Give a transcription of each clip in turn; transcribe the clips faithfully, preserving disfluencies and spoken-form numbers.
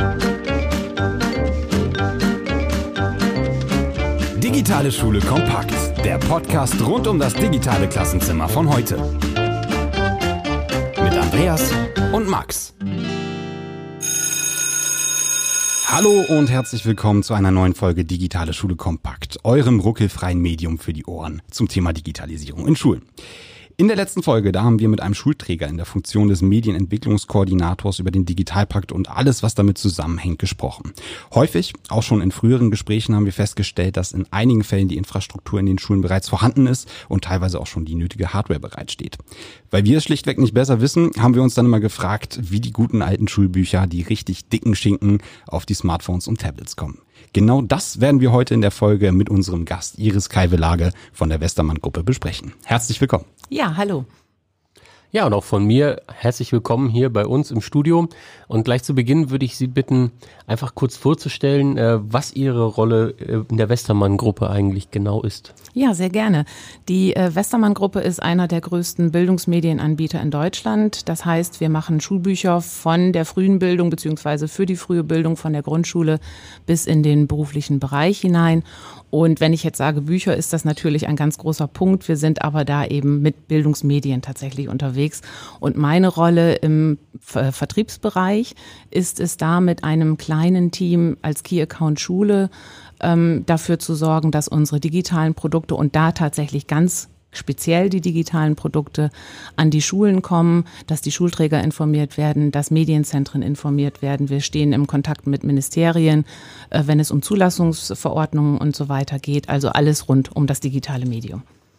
Digitale Schule kompakt, der Podcast rund um das digitale Klassenzimmer von heute. Mit Andreas und Max. Hallo und herzlich willkommen zu einer neuen Folge Digitale Schule kompakt, eurem ruckelfreien Medium für die Ohren zum Thema Digitalisierung in Schulen. In der letzten Folge, da haben wir mit einem Schulträger in der Funktion des Medienentwicklungskoordinators über den Digitalpakt und alles, was damit zusammenhängt, gesprochen. Häufig, auch schon in früheren Gesprächen, haben wir festgestellt, dass in einigen Fällen die Infrastruktur in den Schulen bereits vorhanden ist und teilweise auch schon die nötige Hardware bereitsteht. Weil wir es schlichtweg nicht besser wissen, haben wir uns dann immer gefragt, wie die guten alten Schulbücher, die richtig dicken Schinken, auf die Smartphones und Tablets kommen. Genau das werden wir heute in der Folge mit unserem Gast Iris Kaivelage von der Westermann-Gruppe besprechen. Herzlich willkommen. Ja, hallo. Ja, und auch von mir herzlich willkommen hier bei uns im Studio. Und gleich zu Beginn würde ich Sie bitten, einfach kurz vorzustellen, was Ihre Rolle in der Westermann-Gruppe eigentlich genau ist. Ja, sehr gerne. Die Westermann-Gruppe ist einer der größten Bildungsmedienanbieter in Deutschland. Das heißt, wir machen Schulbücher von der frühen Bildung beziehungsweise für die frühe Bildung von der Grundschule bis in den beruflichen Bereich hinein. Und wenn ich jetzt sage Bücher, ist das natürlich ein ganz großer Punkt. Wir sind aber da eben mit Bildungsmedien tatsächlich unterwegs. Und meine Rolle im Ver- Vertriebsbereich ist es da mit einem kleinen Team als Key Account Schule ähm, dafür zu sorgen, dass unsere digitalen Produkte und da tatsächlich ganz speziell die digitalen Produkte an die Schulen kommen, dass die Schulträger informiert werden, dass Medienzentren informiert werden. Wir stehen im Kontakt mit Ministerien, äh, wenn es um Zulassungsverordnungen und so weiter geht. Also alles rund um das digitale Medium.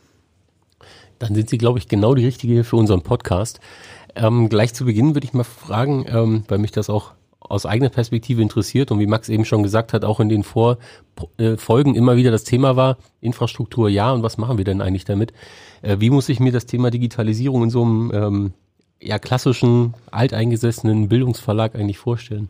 Dann sind Sie, glaube ich, genau die Richtige hier für unseren Podcast. Ähm, gleich zu Beginn würde ich mal fragen, ähm, weil mich das auch aus eigener Perspektive interessiert und wie Max eben schon gesagt hat, auch in den Vorfolgen äh, immer wieder das Thema war, Infrastruktur ja und was machen wir denn eigentlich damit? Äh, wie muss ich mir das Thema Digitalisierung in so einem ähm, ja, klassischen, alteingesessenen Bildungsverlag eigentlich vorstellen?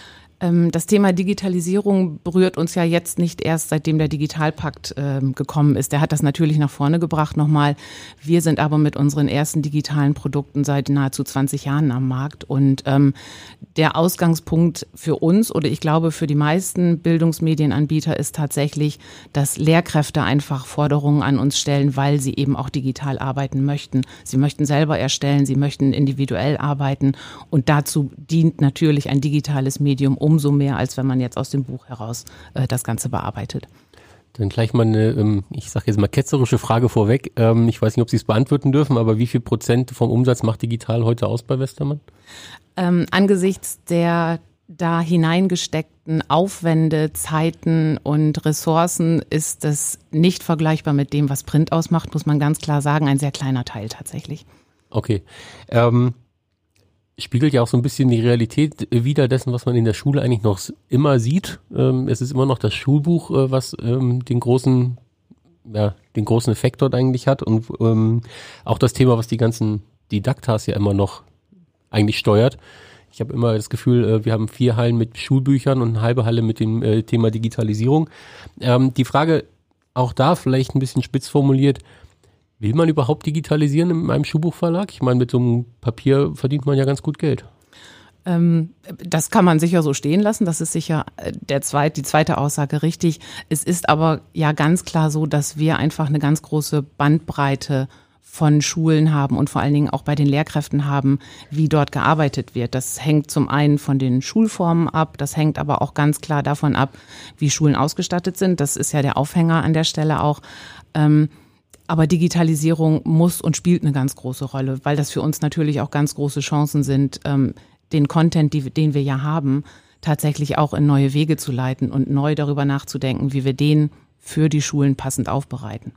Das Thema Digitalisierung berührt uns ja jetzt nicht erst, seitdem der Digitalpakt äh, gekommen ist. Der hat das natürlich nach vorne gebracht nochmal. Wir sind aber mit unseren ersten digitalen Produkten seit nahezu zwanzig Jahren am Markt. Und ähm, der Ausgangspunkt für uns oder ich glaube für die meisten Bildungsmedienanbieter ist tatsächlich, dass Lehrkräfte einfach Forderungen an uns stellen, weil sie eben auch digital arbeiten möchten. Sie möchten selber erstellen, sie möchten individuell arbeiten. Und dazu dient natürlich ein digitales Medium, um umso mehr, als wenn man jetzt aus dem Buch heraus äh, das Ganze bearbeitet. Dann gleich mal eine, ähm, ich sage jetzt mal ketzerische Frage vorweg. Ähm, ich weiß nicht, ob Sie es beantworten dürfen, aber wie viel Prozent vom Umsatz macht digital heute aus bei Westermann? Ähm, angesichts der da hineingesteckten Aufwände, Zeiten und Ressourcen ist es nicht vergleichbar mit dem, was Print ausmacht, muss man ganz klar sagen. Ein sehr kleiner Teil tatsächlich. Okay. Ähm, spiegelt ja auch so ein bisschen die Realität wider dessen, was man in der Schule eigentlich noch immer sieht. Ähm, es ist immer noch das Schulbuch, äh, was ähm, den großen, ja, den großen Effekt dort eigentlich hat und ähm, auch das Thema, was die ganzen Didaktas ja immer noch eigentlich steuert. Ich habe immer das Gefühl, äh, wir haben vier Hallen mit Schulbüchern und eine halbe Halle mit dem äh, Thema Digitalisierung. Ähm, die Frage auch da vielleicht ein bisschen spitz formuliert: Will man überhaupt digitalisieren in einem Schulbuchverlag? Ich meine, mit so einem Papier verdient man ja ganz gut Geld. Ähm, das kann man sicher so stehen lassen. Das ist sicher der zweit, die zweite Aussage richtig. Es ist aber ja ganz klar so, dass wir einfach eine ganz große Bandbreite von Schulen haben und vor allen Dingen auch bei den Lehrkräften haben, wie dort gearbeitet wird. Das hängt zum einen von den Schulformen ab, das hängt aber auch ganz klar davon ab, wie Schulen ausgestattet sind. Das ist ja der Aufhänger an der Stelle auch. Ähm, Aber Digitalisierung muss und spielt eine ganz große Rolle, weil das für uns natürlich auch ganz große Chancen sind, den Content, den wir ja haben, tatsächlich auch in neue Wege zu leiten und neu darüber nachzudenken, wie wir den für die Schulen passend aufbereiten.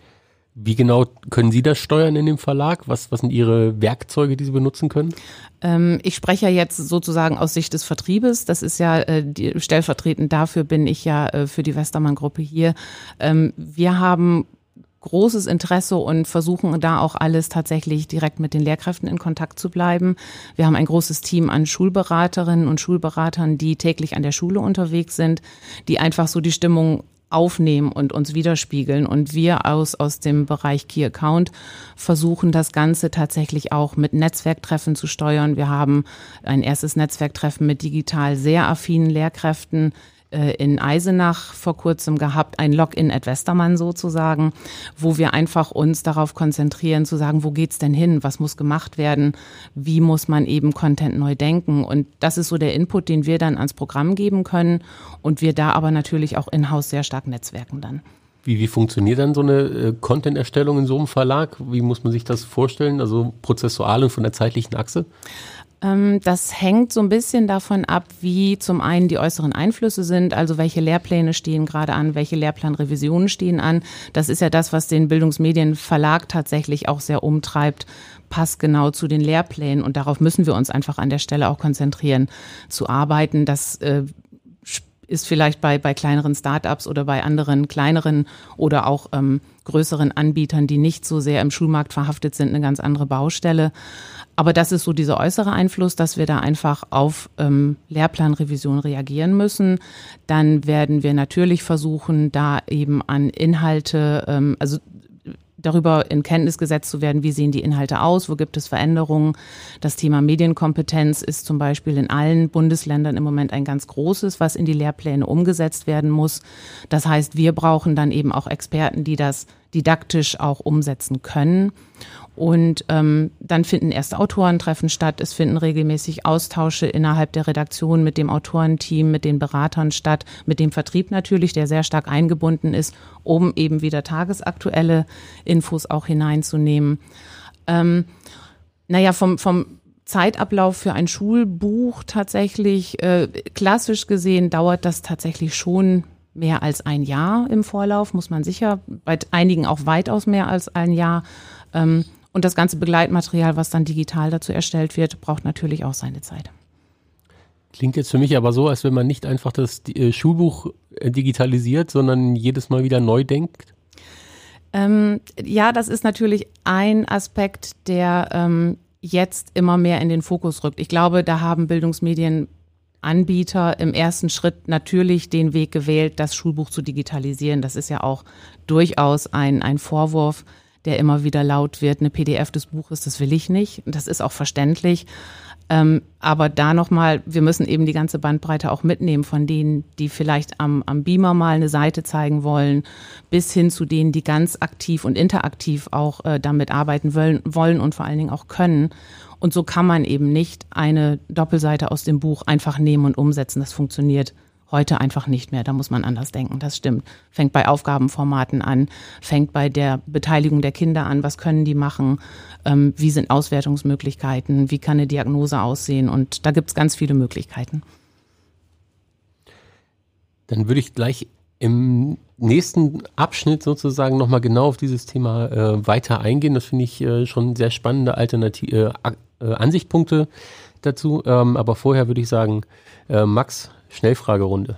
Wie genau können Sie das steuern in dem Verlag? Was, was sind Ihre Werkzeuge, die Sie benutzen können? Ähm, ich spreche ja jetzt sozusagen aus Sicht des Vertriebes. Das ist ja äh, die, stellvertretend dafür bin ich ja äh, für die Westermann-Gruppe hier. Ähm, wir haben großes Interesse und versuchen da auch alles tatsächlich direkt mit den Lehrkräften in Kontakt zu bleiben. Wir haben ein großes Team an Schulberaterinnen und Schulberatern, die täglich an der Schule unterwegs sind, die einfach so die Stimmung aufnehmen und uns widerspiegeln. Und wir aus, aus dem Bereich Key Account versuchen das Ganze tatsächlich auch mit Netzwerktreffen zu steuern. Wir haben ein erstes Netzwerktreffen mit digital sehr affinen Lehrkräften in Eisenach vor kurzem gehabt, ein Login at Westermann sozusagen, wo wir einfach uns darauf konzentrieren zu sagen, wo geht's denn hin, was muss gemacht werden, wie muss man eben Content neu denken, und das ist so der Input, den wir dann ans Programm geben können, und wir da aber natürlich auch in-house sehr stark netzwerken dann. Wie, wie funktioniert dann so eine äh, Content-Erstellung in so einem Verlag? Wie muss man sich das vorstellen, also prozessual und von der zeitlichen Achse? Das hängt so ein bisschen davon ab, wie zum einen die äußeren Einflüsse sind, also welche Lehrpläne stehen gerade an, welche Lehrplanrevisionen stehen an. Das ist ja das, was den Bildungsmedienverlag tatsächlich auch sehr umtreibt, passt genau zu den Lehrplänen, und darauf müssen wir uns einfach an der Stelle auch konzentrieren, zu arbeiten. Das äh, ist vielleicht bei, bei kleineren Startups oder bei anderen kleineren oder auch ähm, größeren Anbietern, die nicht so sehr im Schulmarkt verhaftet sind, eine ganz andere Baustelle. Aber das ist so dieser äußere Einfluss, dass wir da einfach auf ähm, Lehrplanrevision reagieren müssen. Dann werden wir natürlich versuchen, da eben an Inhalte, ähm, also darüber in Kenntnis gesetzt zu werden, wie sehen die Inhalte aus, wo gibt es Veränderungen. Das Thema Medienkompetenz ist zum Beispiel in allen Bundesländern im Moment ein ganz großes, was in die Lehrpläne umgesetzt werden muss. Das heißt, wir brauchen dann eben auch Experten, die das didaktisch auch umsetzen können. Und ähm, dann finden erste Autorentreffen statt. Es finden regelmäßig Austausche innerhalb der Redaktion mit dem Autorenteam, mit den Beratern statt, mit dem Vertrieb natürlich, der sehr stark eingebunden ist, um eben wieder tagesaktuelle Infos auch hineinzunehmen. Ähm, naja, vom, vom Zeitablauf für ein Schulbuch tatsächlich, äh, klassisch gesehen, dauert das tatsächlich schon mehr als ein Jahr im Vorlauf, muss man sicher, bei einigen auch weitaus mehr als ein Jahr. Ähm, Und das ganze Begleitmaterial, was dann digital dazu erstellt wird, braucht natürlich auch seine Zeit. Klingt jetzt für mich aber so, als wenn man nicht einfach das Schulbuch digitalisiert, sondern jedes Mal wieder neu denkt. Ähm, ja, das ist natürlich ein Aspekt, der ähm, jetzt immer mehr in den Fokus rückt. Ich glaube, da haben Bildungsmedienanbieter im ersten Schritt natürlich den Weg gewählt, das Schulbuch zu digitalisieren. Das ist ja auch durchaus ein, ein Vorwurf, der immer wieder laut wird, eine P D F des Buches, das will ich nicht. Das ist auch verständlich. Ähm, aber da nochmal, wir müssen eben die ganze Bandbreite auch mitnehmen, von denen, die vielleicht am, am Beamer mal eine Seite zeigen wollen, bis hin zu denen, die ganz aktiv und interaktiv auch äh, damit arbeiten wollen, wollen und vor allen Dingen auch können. Und so kann man eben nicht eine Doppelseite aus dem Buch einfach nehmen und umsetzen. Das funktioniert heute einfach nicht mehr, da muss man anders denken, das stimmt. Fängt bei Aufgabenformaten an, fängt bei der Beteiligung der Kinder an, was können die machen, ähm, wie sind Auswertungsmöglichkeiten, wie kann eine Diagnose aussehen, und da gibt es ganz viele Möglichkeiten. Dann würde ich gleich im nächsten Abschnitt sozusagen nochmal genau auf dieses Thema äh, weiter eingehen. Das finde ich äh, schon sehr spannende Alternative, äh, Ansichtspunkte dazu, ähm, aber vorher würde ich sagen, äh, Max, Schnellfragerunde.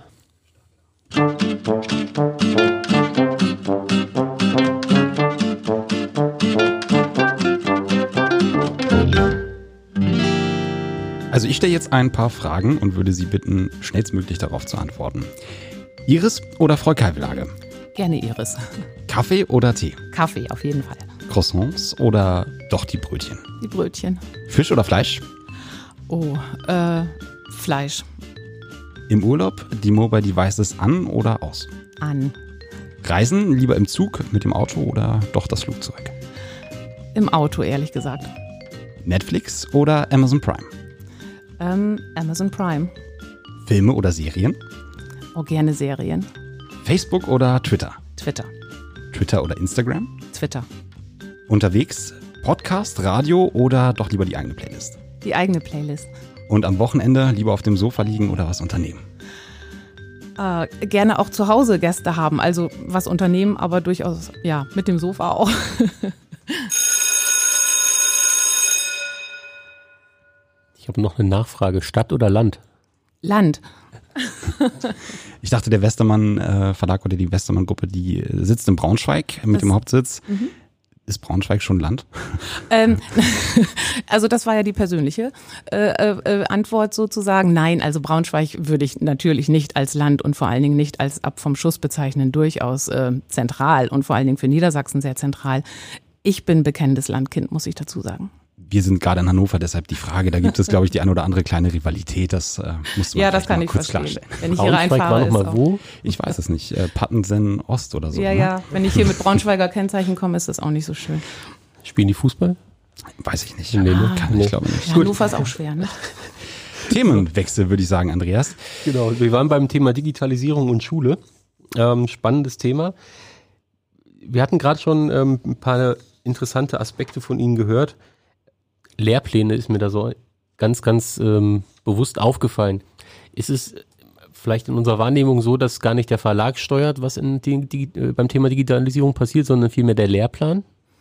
Also ich stelle jetzt ein paar Fragen und würde Sie bitten, schnellstmöglich darauf zu antworten. Iris oder Vollkalblage? Gerne Iris. Kaffee oder Tee? Kaffee, auf jeden Fall. Croissants oder doch die Brötchen? Die Brötchen. Fisch oder Fleisch? Oh, äh, Fleisch. Im Urlaub die Mobile Devices an oder aus? An. Reisen lieber im Zug, mit dem Auto oder doch das Flugzeug? Im Auto, ehrlich gesagt. Netflix oder Amazon Prime? Ähm, Amazon Prime. Filme oder Serien? Oh, gerne Serien. Facebook oder Twitter? Twitter. Twitter oder Instagram? Twitter. Unterwegs Podcast, Radio oder doch lieber die eigene Playlist? Die eigene Playlist. Und am Wochenende lieber auf dem Sofa liegen oder was unternehmen? Äh, gerne auch zu Hause Gäste haben, also was unternehmen, aber durchaus, ja, mit dem Sofa auch. Ich habe noch eine Nachfrage, Stadt oder Land? Land. Ich dachte, der Westermann äh, Verlag oder die Westermann Gruppe, die sitzt in Braunschweig mit das, dem Hauptsitz. Mhm. Ist Braunschweig schon Land? Ähm, also das war ja die persönliche äh, äh, Antwort sozusagen. Nein, also Braunschweig würde ich natürlich nicht als Land und vor allen Dingen nicht als ab vom Schuss bezeichnen, durchaus äh, zentral und vor allen Dingen für Niedersachsen sehr zentral. Ich bin bekennendes Landkind, muss ich dazu sagen. Wir sind gerade in Hannover, deshalb die Frage, da gibt es, glaube ich, die ein oder andere kleine Rivalität, das äh, muss man ja, das kann mal ich kurz verstehen. klarstellen. Wenn ich hier reinfahre, war noch mal wo? Ich weiß es nicht, äh, Pattensen Ost oder so. Ja, ne? ja, wenn ich hier mit Braunschweiger Kennzeichen komme, ist das auch nicht so schön. Spielen die Fußball? Weiß ich nicht. Nee, ne? Kann Nee. ich glaube nicht. Ja, Hannover ist auch schwer, ne? Themenwechsel, würde ich sagen, Andreas. Genau, wir waren beim Thema Digitalisierung und Schule. Ähm, spannendes Thema. Wir hatten gerade schon ähm, ein paar interessante Aspekte von Ihnen gehört. Lehrpläne ist mir da so ganz, ganz ähm, bewusst aufgefallen. Ist es vielleicht in unserer Wahrnehmung so, dass gar nicht der Verlag steuert, was in die, die, äh, beim Thema Digitalisierung passiert, sondern vielmehr der Lehrplan?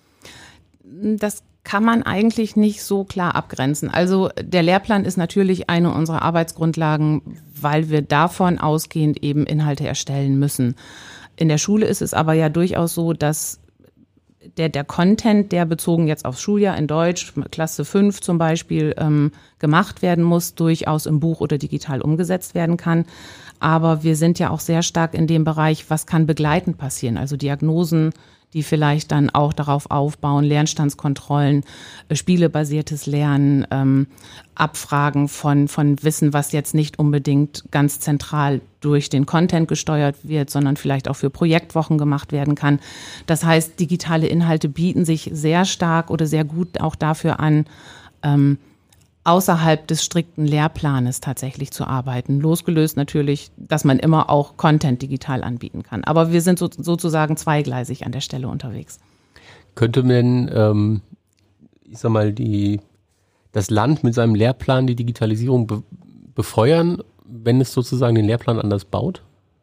Das kann man eigentlich nicht so klar abgrenzen. Also der Lehrplan ist natürlich eine unserer Arbeitsgrundlagen, weil wir davon ausgehend eben Inhalte erstellen müssen. In der Schule ist es aber ja durchaus so, dass der, der Content, der bezogen jetzt aufs Schuljahr in Deutsch, Klasse fünf zum Beispiel, ähm, gemacht werden muss, durchaus im Buch oder digital umgesetzt werden kann. Aber wir sind ja auch sehr stark in dem Bereich, was kann begleitend passieren, also Diagnosen, die vielleicht dann auch darauf aufbauen, Lernstandskontrollen, äh, spielebasiertes Lernen, ähm, Abfragen von, von Wissen, was jetzt nicht unbedingt ganz zentral durch den Content gesteuert wird, sondern vielleicht auch für Projektwochen gemacht werden kann. Das heißt, digitale Inhalte bieten sich sehr stark oder sehr gut auch dafür an, ähm, außerhalb des strikten Lehrplanes tatsächlich zu arbeiten. Losgelöst natürlich, dass man immer auch Content digital anbieten kann. Aber wir sind so, sozusagen zweigleisig an der Stelle unterwegs. Könnte man, ähm, ich sag mal, die, das Land mit seinem Lehrplan die Digitalisierung be- befeuern, wenn es sozusagen den Lehrplan anders baut?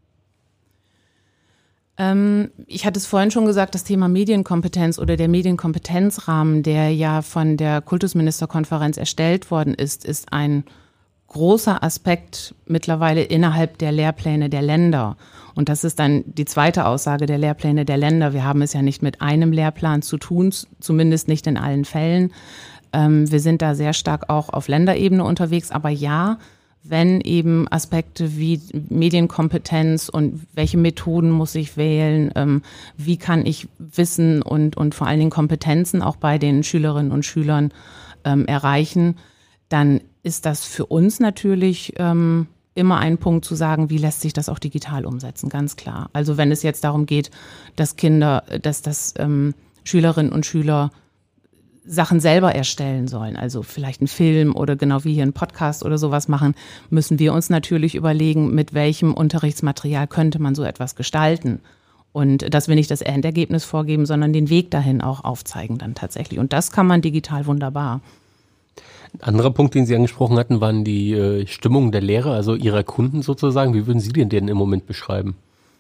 Ich hatte es vorhin schon gesagt, das Thema Medienkompetenz oder der Medienkompetenzrahmen, der ja von der Kultusministerkonferenz erstellt worden ist, ist ein großer Aspekt mittlerweile innerhalb der Lehrpläne der Länder. Und das ist dann die zweite Aussage der Lehrpläne der Länder. Wir haben es ja nicht mit einem Lehrplan zu tun, zumindest nicht in allen Fällen. Wir sind da sehr stark auch auf Länderebene unterwegs, aber ja, wenn eben Aspekte wie Medienkompetenz und welche Methoden muss ich wählen, ähm, wie kann ich Wissen und, und vor allen Dingen Kompetenzen auch bei den Schülerinnen und Schülern ähm, erreichen, dann ist das für uns natürlich ähm, immer ein Punkt zu sagen, wie lässt sich das auch digital umsetzen, ganz klar. Also wenn es jetzt darum geht, dass Kinder, dass das ähm, Schülerinnen und Schüler Sachen selber erstellen sollen, also vielleicht einen Film oder genau wie hier einen Podcast oder sowas machen, müssen wir uns natürlich überlegen, mit welchem Unterrichtsmaterial könnte man so etwas gestalten. Und dass wir nicht das Endergebnis vorgeben, sondern den Weg dahin auch aufzeigen dann tatsächlich. Und das kann man digital wunderbar. Ein anderer Punkt, den Sie angesprochen hatten, waren die äh, Stimmung der Lehrer, also Ihrer Kunden sozusagen. Wie würden Sie den denn im Moment beschreiben?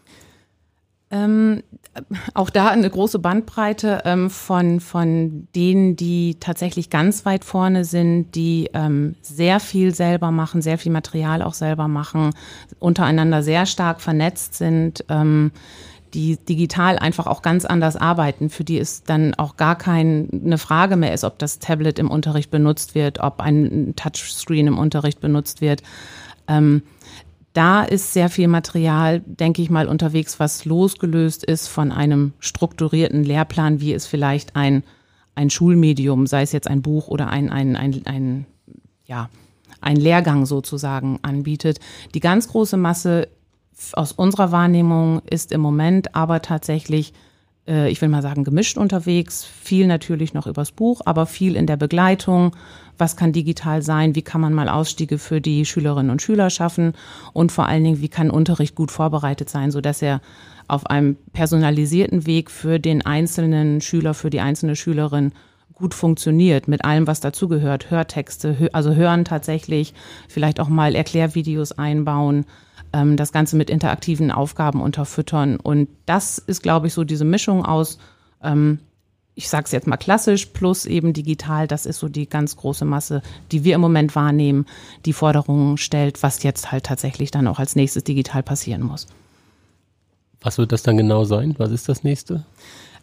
Ähm, auch da eine große Bandbreite ähm, von, von denen, die tatsächlich ganz weit vorne sind, die ähm, sehr viel selber machen, sehr viel Material auch selber machen, untereinander sehr stark vernetzt sind, ähm, die digital einfach auch ganz anders arbeiten, für die es dann auch gar keine Frage mehr ist, ob das Tablet im Unterricht benutzt wird, ob ein Touchscreen im Unterricht benutzt wird. Ähm, Da ist sehr viel Material, denke ich mal, unterwegs, was losgelöst ist von einem strukturierten Lehrplan, wie es vielleicht ein, ein Schulmedium, sei es jetzt ein Buch oder ein, ein, ein, ein, ja, ein Lehrgang sozusagen anbietet. Die ganz große Masse aus unserer Wahrnehmung ist im Moment aber tatsächlich, äh, ich will mal sagen, gemischt unterwegs. Viel natürlich noch übers Buch, aber viel in der Begleitung. Was kann digital sein? Wie kann man mal Ausstiege für die Schülerinnen und Schüler schaffen? Und vor allen Dingen, wie kann Unterricht gut vorbereitet sein, sodass er auf einem personalisierten Weg für den einzelnen Schüler, für die einzelne Schülerin gut funktioniert, mit allem, was dazugehört. Hörtexte, also hören tatsächlich, vielleicht auch mal Erklärvideos einbauen, das Ganze mit interaktiven Aufgaben unterfüttern. Und das ist, glaube ich, so diese Mischung aus, ich sage es jetzt mal klassisch, plus eben digital. Das ist so die ganz große Masse, die wir im Moment wahrnehmen, die Forderungen stellt, was jetzt halt tatsächlich dann auch als nächstes digital passieren muss. Was wird das dann genau sein? Was ist das nächste?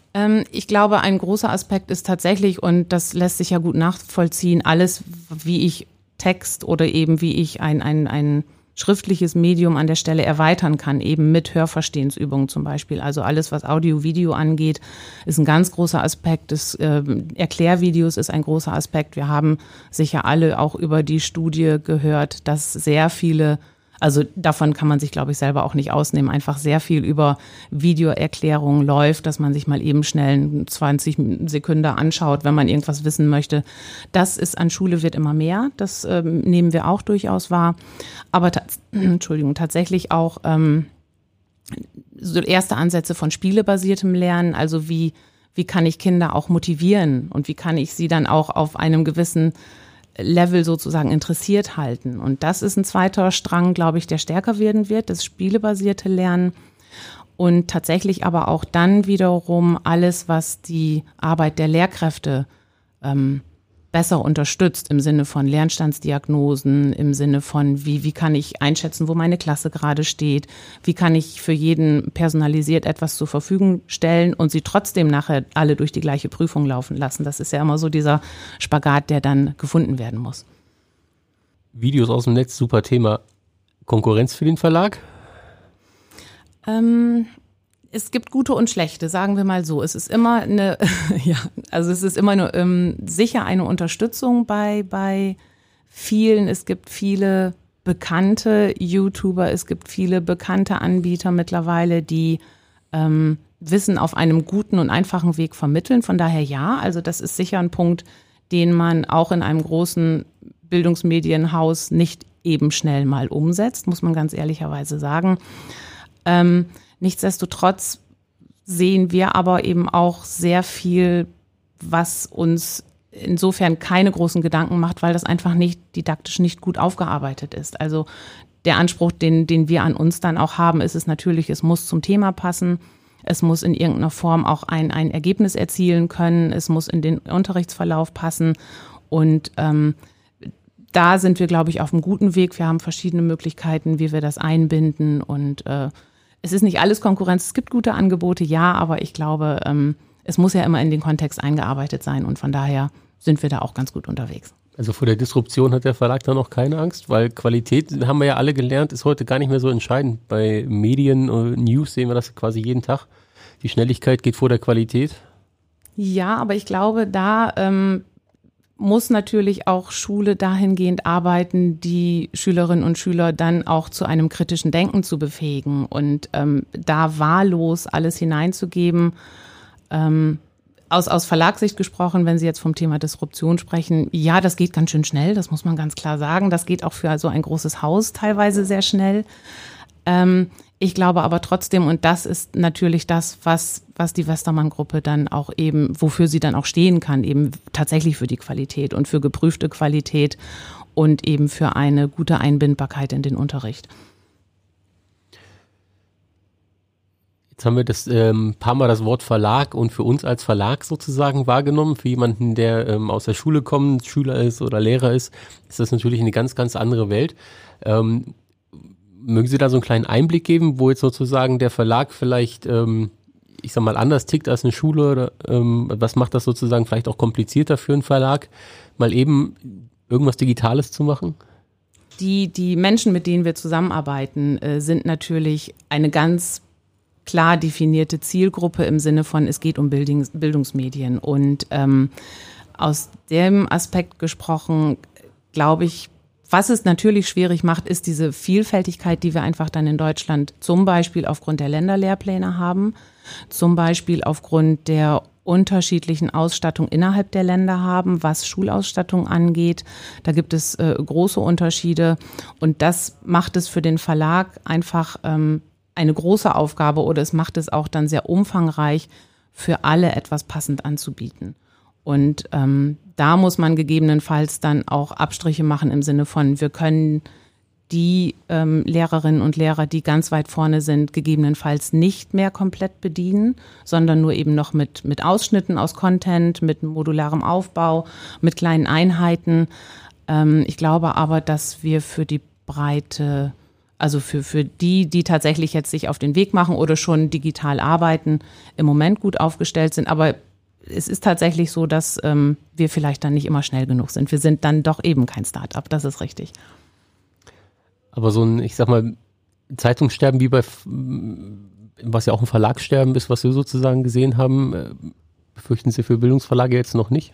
Ähm, ich glaube, ein großer Aspekt ist tatsächlich, und das lässt sich ja gut nachvollziehen, alles, wie ich Text oder eben wie ich ein, ein, ein schriftliches Medium an der Stelle erweitern kann, eben mit Hörverstehensübungen zum Beispiel. Also alles, was Audio, Video angeht, ist ein ganz großer Aspekt. Das äh, Erklärvideos ist ein großer Aspekt. Wir haben sicher alle auch über die Studie gehört, dass sehr viele, also davon kann man sich, glaube ich, selber auch nicht ausnehmen, einfach sehr viel über Videoerklärungen läuft, dass man sich mal eben schnell zwanzig Sekunden anschaut, wenn man irgendwas wissen möchte. Das ist an Schule wird immer mehr, das ähm, nehmen wir auch durchaus wahr. Aber ta- Entschuldigung, tatsächlich auch ähm, so erste Ansätze von spielebasiertem Lernen, also wie, wie kann ich Kinder auch motivieren und wie kann ich sie dann auch auf einem gewissen Level sozusagen interessiert halten. Und das ist ein zweiter Strang, glaube ich, der stärker werden wird, das spielebasierte Lernen. Und tatsächlich aber auch dann wiederum alles, was die Arbeit der Lehrkräfte ähm, besser unterstützt, im Sinne von Lernstandsdiagnosen, im Sinne von, wie, wie kann ich einschätzen, wo meine Klasse gerade steht, wie kann ich für jeden personalisiert etwas zur Verfügung stellen und sie trotzdem nachher alle durch die gleiche Prüfung laufen lassen. Das ist ja immer so dieser Spagat, der dann gefunden werden muss. Videos aus dem Netz, super Thema. Konkurrenz für den Verlag? Ähm, es gibt gute und schlechte, sagen wir mal so. Es ist immer eine, ja, also es ist immer eine, ähm, sicher eine Unterstützung bei, bei vielen. Es gibt viele bekannte YouTuber, es gibt viele bekannte Anbieter mittlerweile, die ähm, Wissen auf einem guten und einfachen Weg vermitteln. Von daher ja, also das ist sicher ein Punkt, den man auch in einem großen Bildungsmedienhaus nicht eben schnell mal umsetzt, muss man ganz ehrlicherweise sagen. Ähm, nichtsdestotrotz sehen wir aber eben auch sehr viel, was uns insofern keine großen Gedanken macht, weil das einfach nicht didaktisch nicht gut aufgearbeitet ist. Also der Anspruch, den, den wir an uns dann auch haben, ist es natürlich, es muss zum Thema passen. Es muss in irgendeiner Form auch ein, ein Ergebnis erzielen können. Es muss in den Unterrichtsverlauf passen. Und ähm, da sind wir, glaube ich, auf einem guten Weg. Wir haben verschiedene Möglichkeiten, wie wir das einbinden. Und äh, es ist nicht alles Konkurrenz. Es gibt gute Angebote, ja, aber ich glaube, ähm, es muss ja immer in den Kontext eingearbeitet sein. Und von daher sind wir da auch ganz gut unterwegs. Also vor der Disruption hat der Verlag da noch keine Angst, weil Qualität, haben wir ja alle gelernt, ist heute gar nicht mehr so entscheidend. Bei Medien und News sehen wir das quasi jeden Tag. Die Schnelligkeit geht vor der Qualität. Ja, aber ich glaube, da ähm, muss natürlich auch Schule dahingehend arbeiten, die Schülerinnen und Schüler dann auch zu einem kritischen Denken zu befähigen und ähm, da wahllos alles hineinzugeben. Ähm, aus, aus Verlagssicht gesprochen, wenn Sie jetzt vom Thema Disruption sprechen, ja, das geht ganz schön schnell, das muss man ganz klar sagen. Das geht auch für so ein großes Haus teilweise sehr schnell. Ähm, ich glaube aber trotzdem, und das ist natürlich das, was, was die Westermann-Gruppe dann auch eben, wofür sie dann auch stehen kann, eben tatsächlich für die Qualität und für geprüfte Qualität und eben für eine gute Einbindbarkeit in den Unterricht. Jetzt haben wir das ähm, paar Mal das Wort Verlag und für uns als Verlag sozusagen wahrgenommen. Für jemanden, der ähm, aus der Schule kommt, Schüler ist oder Lehrer ist, ist das natürlich eine ganz, ganz andere Welt. Ähm, mögen Sie da so einen kleinen Einblick geben, wo jetzt sozusagen der Verlag vielleicht, ähm, ich sag mal, anders tickt als eine Schule? Oder, ähm, was macht das sozusagen vielleicht auch komplizierter für einen Verlag, mal eben irgendwas Digitales zu machen? Die, die Menschen, mit denen wir zusammenarbeiten, äh, sind natürlich eine ganz klar definierte Zielgruppe im Sinne von, es geht um Bildungs- Bildungsmedien. Und ähm, aus dem Aspekt gesprochen, glaube ich, was es natürlich schwierig macht, ist diese Vielfältigkeit, die wir einfach dann in Deutschland zum Beispiel aufgrund der Länderlehrpläne haben, zum Beispiel aufgrund der unterschiedlichen Ausstattung innerhalb der Länder haben, was Schulausstattung angeht. Da gibt es äh, große Unterschiede und das macht es für den Verlag einfach ähm, eine große Aufgabe oder es macht es auch dann sehr umfangreich, für alle etwas passend anzubieten. Und ähm, da muss man gegebenenfalls dann auch Abstriche machen im Sinne von, wir können die ähm, Lehrerinnen und Lehrer, die ganz weit vorne sind, gegebenenfalls nicht mehr komplett bedienen, sondern nur eben noch mit, mit Ausschnitten aus Content, mit modularem Aufbau, mit kleinen Einheiten. Ähm, ich glaube aber, dass wir für die breite Also für, für die, die tatsächlich jetzt sich auf den Weg machen oder schon digital arbeiten, im Moment gut aufgestellt sind. Aber es ist tatsächlich so, dass ähm, wir vielleicht dann nicht immer schnell genug sind. Wir sind dann doch eben kein Start-up, das ist richtig. Aber so ein, ich sag mal, Zeitungssterben wie bei, was ja auch ein Verlagssterben ist, was wir sozusagen gesehen haben, befürchten Sie für Bildungsverlage jetzt noch nicht?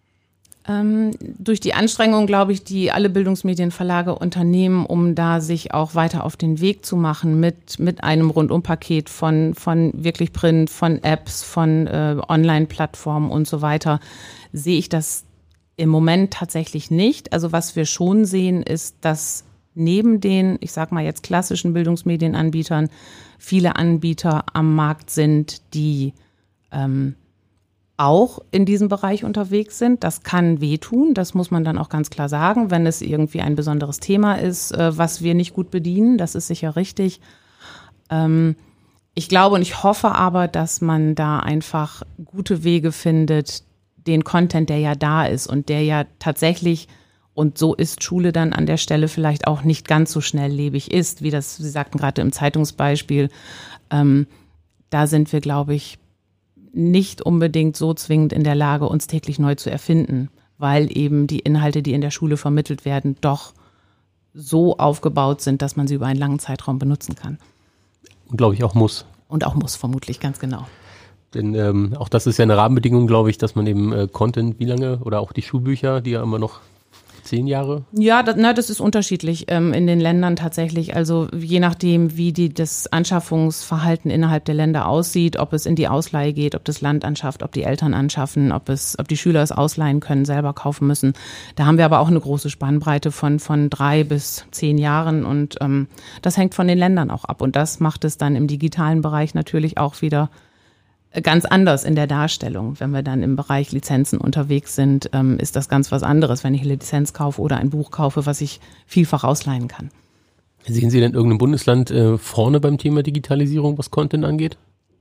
Ähm, durch die Anstrengungen, glaube ich, die alle Bildungsmedienverlage unternehmen, um da sich auch weiter auf den Weg zu machen mit, mit einem Rundumpaket von, von wirklich Print, von Apps, von äh, Online-Plattformen und so weiter, sehe ich das im Moment tatsächlich nicht. Also was wir schon sehen, ist, dass neben den, ich sag mal jetzt klassischen Bildungsmedienanbietern, viele Anbieter am Markt sind, die ähm, auch in diesem Bereich unterwegs sind. Das kann wehtun, das muss man dann auch ganz klar sagen, wenn es irgendwie ein besonderes Thema ist, äh, was wir nicht gut bedienen, das ist sicher richtig. Ähm, ich glaube und ich hoffe aber, dass man da einfach gute Wege findet, den Content, der ja da ist und der ja tatsächlich, und so ist Schule dann an der Stelle vielleicht auch nicht ganz so schnelllebig ist, wie das, Sie sagten gerade im Zeitungsbeispiel, ähm, da sind wir, glaube ich, nicht unbedingt so zwingend in der Lage, uns täglich neu zu erfinden, weil eben die Inhalte, die in der Schule vermittelt werden, doch so aufgebaut sind, dass man sie über einen langen Zeitraum benutzen kann. Und glaube ich auch muss. Und auch muss, vermutlich, ganz genau. Denn ähm, auch das ist ja eine Rahmenbedingung, glaube ich, dass man eben äh, Content, wie lange, oder auch die Schulbücher, die ja immer noch zehn Jahre? Ja, das, na, das ist unterschiedlich ähm, in den Ländern tatsächlich. Also je nachdem, wie die, das Anschaffungsverhalten innerhalb der Länder aussieht, ob es in die Ausleihe geht, ob das Land anschafft, ob die Eltern anschaffen, ob es, ob die Schüler es ausleihen können, selber kaufen müssen. Da haben wir aber auch eine große Spannbreite von von drei bis zehn Jahren und ähm, das hängt von den Ländern auch ab. Und das macht es dann im digitalen Bereich natürlich auch wieder ganz anders in der Darstellung. Wenn wir dann im Bereich Lizenzen unterwegs sind, ähm, ist das ganz was anderes, wenn ich eine Lizenz kaufe oder ein Buch kaufe, was ich vielfach ausleihen kann. Sehen Sie denn irgendein Bundesland äh, vorne beim Thema Digitalisierung, was Content angeht?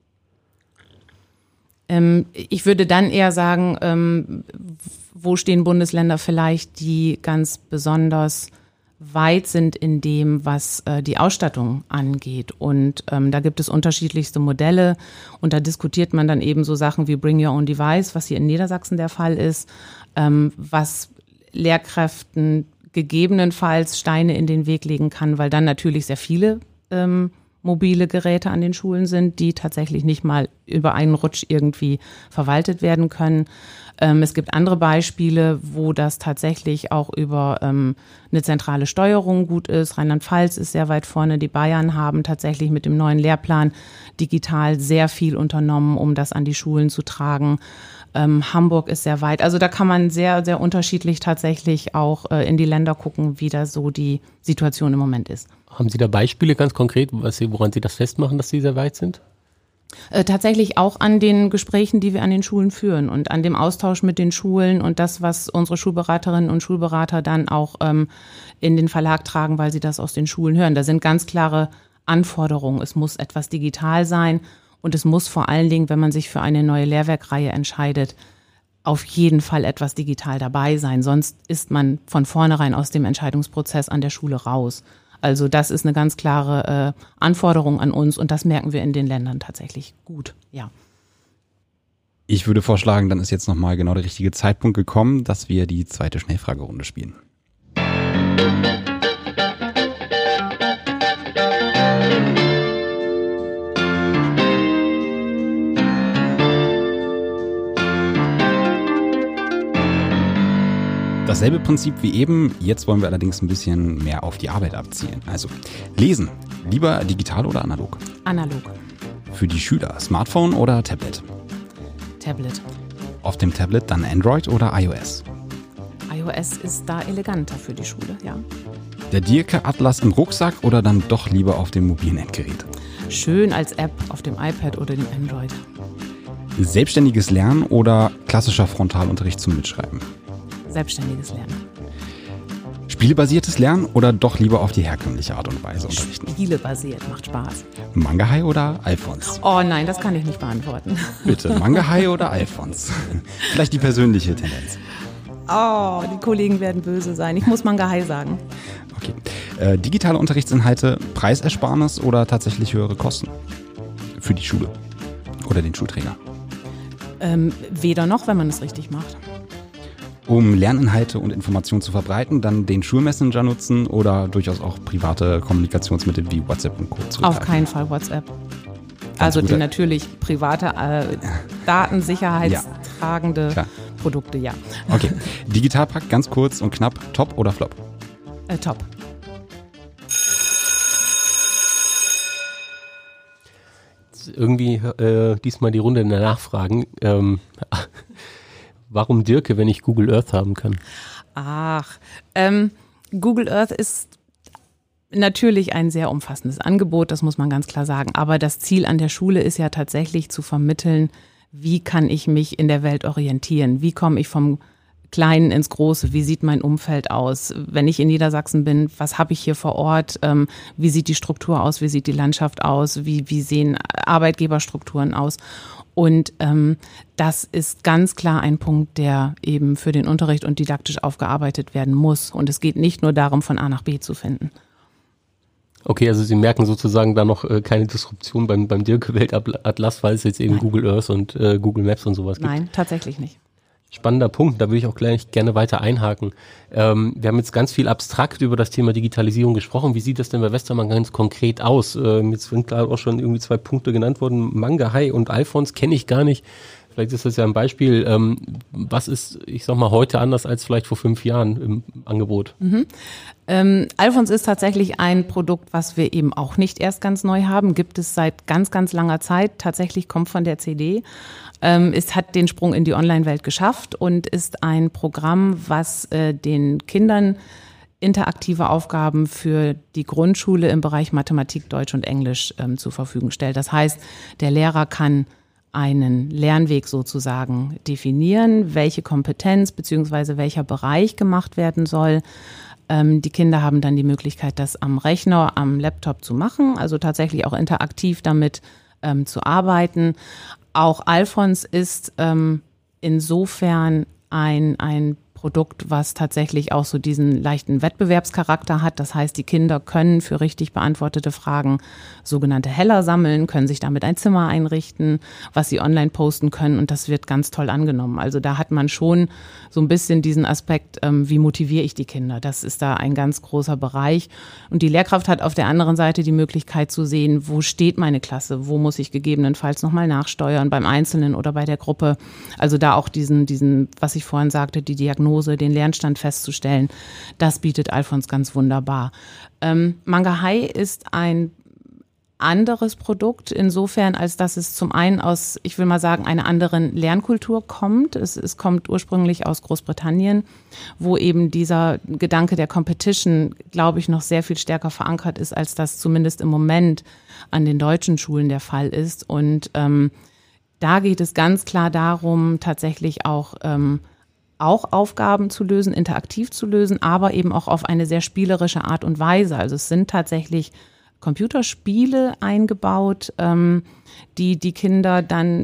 Ähm, ich würde dann eher sagen, ähm, wo stehen Bundesländer vielleicht, die ganz besonders weit sind in dem, was äh, die Ausstattung angeht. Und ähm, da gibt es unterschiedlichste Modelle und da diskutiert man dann eben so Sachen wie Bring Your Own Device, was hier in Niedersachsen der Fall ist, ähm, was Lehrkräften gegebenenfalls Steine in den Weg legen kann, weil dann natürlich sehr viele ähm, mobile Geräte an den Schulen sind, die tatsächlich nicht mal über einen Rutsch irgendwie verwaltet werden können. Ähm, es gibt andere Beispiele, wo das tatsächlich auch über ähm, eine zentrale Steuerung gut ist. Rheinland-Pfalz ist sehr weit vorne. Die Bayern haben tatsächlich mit dem neuen Lehrplan digital sehr viel unternommen, um das an die Schulen zu tragen. Ähm, Hamburg ist sehr weit. Also da kann man sehr, sehr unterschiedlich tatsächlich auch äh, in die Länder gucken, wie da so die Situation im Moment ist. Haben Sie da Beispiele ganz konkret, was Sie, woran Sie das festmachen, dass Sie sehr weit sind? Äh, tatsächlich auch an den Gesprächen, die wir an den Schulen führen und an dem Austausch mit den Schulen und das, was unsere Schulberaterinnen und Schulberater dann auch ähm, in den Verlag tragen, weil sie das aus den Schulen hören. Da sind ganz klare Anforderungen. Es muss etwas digital sein und es muss vor allen Dingen, wenn man sich für eine neue Lehrwerkreihe entscheidet, auf jeden Fall etwas digital dabei sein. Sonst ist man von vornherein aus dem Entscheidungsprozess an der Schule raus. Also das ist eine ganz klare äh, Anforderung an uns und das merken wir in den Ländern tatsächlich gut, ja. Ich würde vorschlagen, dann ist jetzt nochmal genau der richtige Zeitpunkt gekommen, dass wir die zweite Schnellfragerunde spielen. Dasselbe Prinzip wie eben, jetzt wollen wir allerdings ein bisschen mehr auf die Arbeit abzielen. Also lesen, lieber digital oder analog? Analog. Für die Schüler, Smartphone oder Tablet? Tablet. Auf dem Tablet dann Android oder iOS? iOS ist da eleganter für die Schule, ja. Der Dierke Atlas im Rucksack oder dann doch lieber auf dem mobilen Endgerät? Schön als App auf dem iPad oder dem Android. Selbstständiges Lernen oder klassischer Frontalunterricht zum Mitschreiben? Selbstständiges Lernen. Spielebasiertes Lernen oder doch lieber auf die herkömmliche Art und Weise unterrichten? Spielebasiert, macht Spaß. Manga-Hai oder Alfons? Oh nein, das kann ich nicht beantworten. Bitte, Manga-Hai oder Alfons? Vielleicht die persönliche Tendenz. Oh, die Kollegen werden böse sein. Ich muss Manga-Hai sagen. Okay. Äh, digitale Unterrichtsinhalte, Preisersparnis oder tatsächlich höhere Kosten für die Schule oder den Schulträger? Ähm, weder noch, wenn man es richtig macht. Um Lerninhalte und Informationen zu verbreiten, dann den Schulmessenger nutzen oder durchaus auch private Kommunikationsmittel wie WhatsApp und Co. zurückgreifen? Auf keinen Fall WhatsApp. Also die natürlich private äh, datensicherheitstragende ja, Produkte, ja. Okay, Digitalpakt, ganz kurz und knapp, top oder flop? Äh, top. Irgendwie äh, diesmal die Runde der Nachfragen. Ähm, warum Dirke, wenn ich Google Earth haben kann? Ach, ähm, Google Earth ist natürlich ein sehr umfassendes Angebot, das muss man ganz klar sagen. Aber das Ziel an der Schule ist ja tatsächlich zu vermitteln, wie kann ich mich in der Welt orientieren? Wie komme ich vom Kleinen ins Große? Wie sieht mein Umfeld aus? Wenn ich in Niedersachsen bin, was habe ich hier vor Ort? Ähm, wie sieht die Struktur aus? Wie sieht die Landschaft aus? Wie, wie sehen Arbeitgeberstrukturen aus? Und ähm, das ist ganz klar ein Punkt, der eben für den Unterricht und didaktisch aufgearbeitet werden muss. Und es geht nicht nur darum, von A nach B zu finden. Okay, also Sie merken sozusagen da noch äh, keine Disruption beim, beim Dirke-Weltatlas, weil es jetzt eben Nein. Google Earth und äh, Google Maps und sowas gibt. Nein, tatsächlich nicht. Spannender Punkt, da würde ich auch gleich gerne weiter einhaken. Ähm, wir haben jetzt ganz viel abstrakt über das Thema Digitalisierung gesprochen. Wie sieht das denn bei Westermann ganz konkret aus? Ähm, jetzt sind gerade auch schon irgendwie zwei Punkte genannt worden. Manga High und Alfons kenne ich gar nicht. Vielleicht ist das ja ein Beispiel. Ähm, was ist, ich sag mal, heute anders als vielleicht vor fünf Jahren im Angebot? Mhm. Ähm, Alfons ist tatsächlich ein Produkt, was wir eben auch nicht erst ganz neu haben. Gibt es seit ganz, ganz langer Zeit. Tatsächlich kommt von der C D. Ähm, es hat den Sprung in die Online-Welt geschafft und ist ein Programm, was äh, den Kindern interaktive Aufgaben für die Grundschule im Bereich Mathematik, Deutsch und Englisch ähm, zur Verfügung stellt. Das heißt, der Lehrer kann einen Lernweg sozusagen definieren, welche Kompetenz bzw. welcher Bereich gemacht werden soll. Ähm, die Kinder haben dann die Möglichkeit, das am Rechner, am Laptop zu machen, also tatsächlich auch interaktiv damit ähm, zu arbeiten. Auch Alfons ist ähm, insofern ein, ein Produkt, was tatsächlich auch so diesen leichten Wettbewerbscharakter hat. Das heißt, die Kinder können für richtig beantwortete Fragen sogenannte Heller sammeln, können sich damit ein Zimmer einrichten, was sie online posten können und das wird ganz toll angenommen. Also da hat man schon so ein bisschen diesen Aspekt, ähm, wie motiviere ich die Kinder? Das ist da ein ganz großer Bereich. Und die Lehrkraft hat auf der anderen Seite die Möglichkeit zu sehen, wo steht meine Klasse? Wo muss ich gegebenenfalls nochmal nachsteuern, beim Einzelnen oder bei der Gruppe? Also da auch diesen, diesen, was ich vorhin sagte, die Diagnose, den Lernstand festzustellen, das bietet Alfons ganz wunderbar. Ähm, Manga High ist ein anderes Produkt insofern, als dass es zum einen aus, ich will mal sagen, einer anderen Lernkultur kommt. Es, es kommt ursprünglich aus Großbritannien, wo eben dieser Gedanke der Competition, glaube ich, noch sehr viel stärker verankert ist, als das zumindest im Moment an den deutschen Schulen der Fall ist. Und ähm, da geht es ganz klar darum, tatsächlich auch ähm, auch Aufgaben zu lösen, interaktiv zu lösen, aber eben auch auf eine sehr spielerische Art und Weise. Also es sind tatsächlich Computerspiele eingebaut, ähm, die die Kinder dann,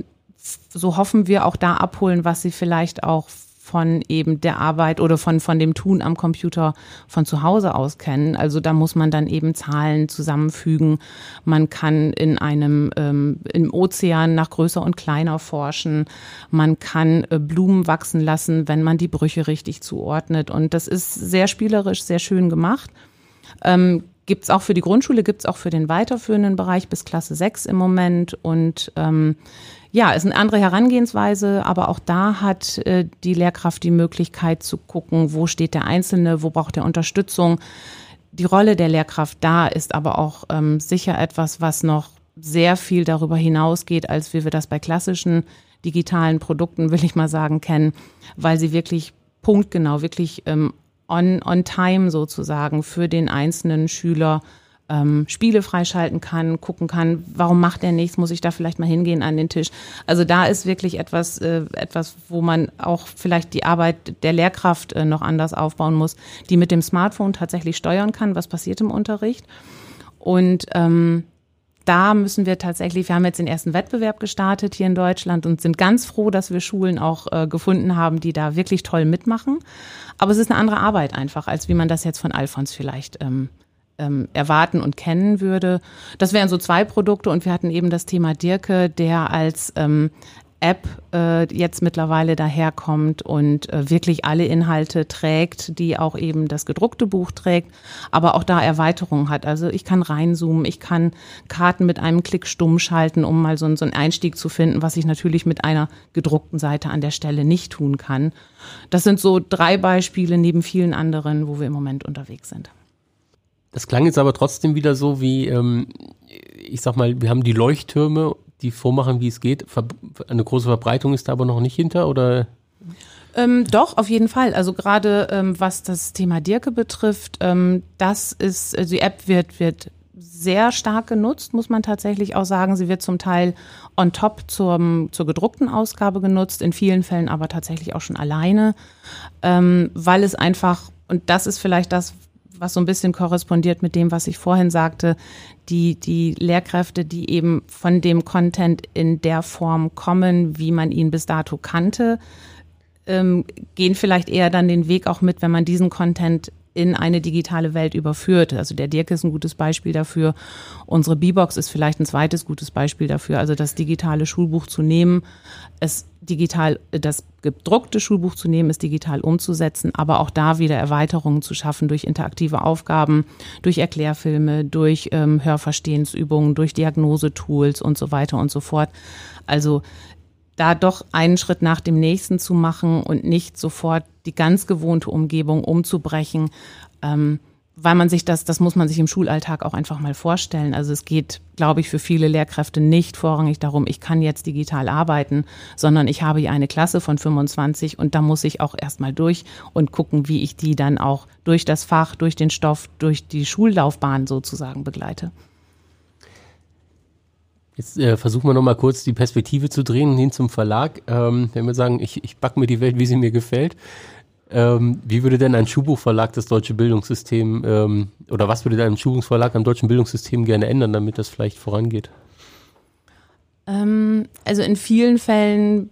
so hoffen wir, auch da abholen, was sie vielleicht auch von eben der Arbeit oder von, von dem Tun am Computer von zu Hause aus kennen. Also da muss man dann eben Zahlen zusammenfügen. Man kann in einem ähm, im Ozean nach größer und kleiner forschen. Man kann äh, Blumen wachsen lassen, wenn man die Brüche richtig zuordnet. Und das ist sehr spielerisch, sehr schön gemacht. Ähm, gibt's auch für die Grundschule, gibt's auch für den weiterführenden Bereich bis Klasse sechs im Moment. Und ähm, ja, ist eine andere Herangehensweise, aber auch da hat äh, die Lehrkraft die Möglichkeit zu gucken, wo steht der Einzelne, wo braucht er Unterstützung. Die Rolle der Lehrkraft da ist aber auch ähm, sicher etwas, was noch sehr viel darüber hinausgeht, als wie wir das bei klassischen digitalen Produkten, will ich mal sagen, kennen, weil sie wirklich punktgenau, wirklich ähm, on, on time sozusagen für den einzelnen Schüler Ähm, Spiele freischalten kann, gucken kann, warum macht er nichts, muss ich da vielleicht mal hingehen an den Tisch. Also da ist wirklich etwas, äh, etwas, wo man auch vielleicht die Arbeit der Lehrkraft äh, noch anders aufbauen muss, die mit dem Smartphone tatsächlich steuern kann, was passiert im Unterricht. Und ähm, da müssen wir tatsächlich, wir haben jetzt den ersten Wettbewerb gestartet hier in Deutschland und sind ganz froh, dass wir Schulen auch äh, gefunden haben, die da wirklich toll mitmachen. Aber es ist eine andere Arbeit einfach, als wie man das jetzt von Alfons vielleicht ähm, ähm, erwarten und kennen würde. Das wären so zwei Produkte und wir hatten eben das Thema Dirke, der als ähm, App äh, jetzt mittlerweile daherkommt und äh, wirklich alle Inhalte trägt, die auch eben das gedruckte Buch trägt, aber auch da Erweiterungen hat. Also ich kann reinzoomen, ich kann Karten mit einem Klick stumm schalten, um mal so, so einen Einstieg zu finden, was ich natürlich mit einer gedruckten Seite an der Stelle nicht tun kann. Das sind so drei Beispiele neben vielen anderen, wo wir im Moment unterwegs sind. Das klang jetzt aber trotzdem wieder so wie, ähm, ich sag mal, wir haben die Leuchttürme, die vormachen, wie es geht. Ver- eine große Verbreitung ist da aber noch nicht hinter, oder? Ähm, doch, auf jeden Fall. Also gerade ähm, was das Thema Dirke betrifft, ähm, das ist, also die App wird, wird sehr stark genutzt, muss man tatsächlich auch sagen. Sie wird zum Teil on top zur, zur gedruckten Ausgabe genutzt, in vielen Fällen aber tatsächlich auch schon alleine, ähm, weil es einfach, und das ist vielleicht das, was so ein bisschen korrespondiert mit dem, was ich vorhin sagte, die, die Lehrkräfte, die eben von dem Content in der Form kommen, wie man ihn bis dato kannte, ähm, gehen vielleicht eher dann den Weg auch mit, wenn man diesen Content in eine digitale Welt überführt. Also der Dirk ist ein gutes Beispiel dafür. Unsere B-Box ist vielleicht ein zweites gutes Beispiel dafür. Also das digitale Schulbuch zu nehmen, es digital, das gedruckte Schulbuch zu nehmen, es digital umzusetzen, aber auch da wieder Erweiterungen zu schaffen durch interaktive Aufgaben, durch Erklärfilme, durch ähm, Hörverstehensübungen, durch Diagnosetools und so weiter und so fort. Also da doch einen Schritt nach dem nächsten zu machen und nicht sofort die ganz gewohnte Umgebung umzubrechen, ähm, weil man sich das, das muss man sich im Schulalltag auch einfach mal vorstellen. Also es geht, glaube ich, für viele Lehrkräfte nicht vorrangig darum, ich kann jetzt digital arbeiten, sondern ich habe hier eine Klasse von fünfundzwanzig und da muss ich auch erstmal durch und gucken, wie ich die dann auch durch das Fach, durch den Stoff, durch die Schullaufbahn sozusagen begleite. Jetzt äh, versuchen wir noch mal kurz die Perspektive zu drehen hin zum Verlag. Ähm, wenn wir sagen, ich, ich backe mir die Welt, wie sie mir gefällt. Ähm, wie würde denn ein Schulbuchverlag das deutsche Bildungssystem ähm, oder was würde denn ein Schulbuchverlag am deutschen Bildungssystem gerne ändern, damit das vielleicht vorangeht? Ähm, also in vielen Fällen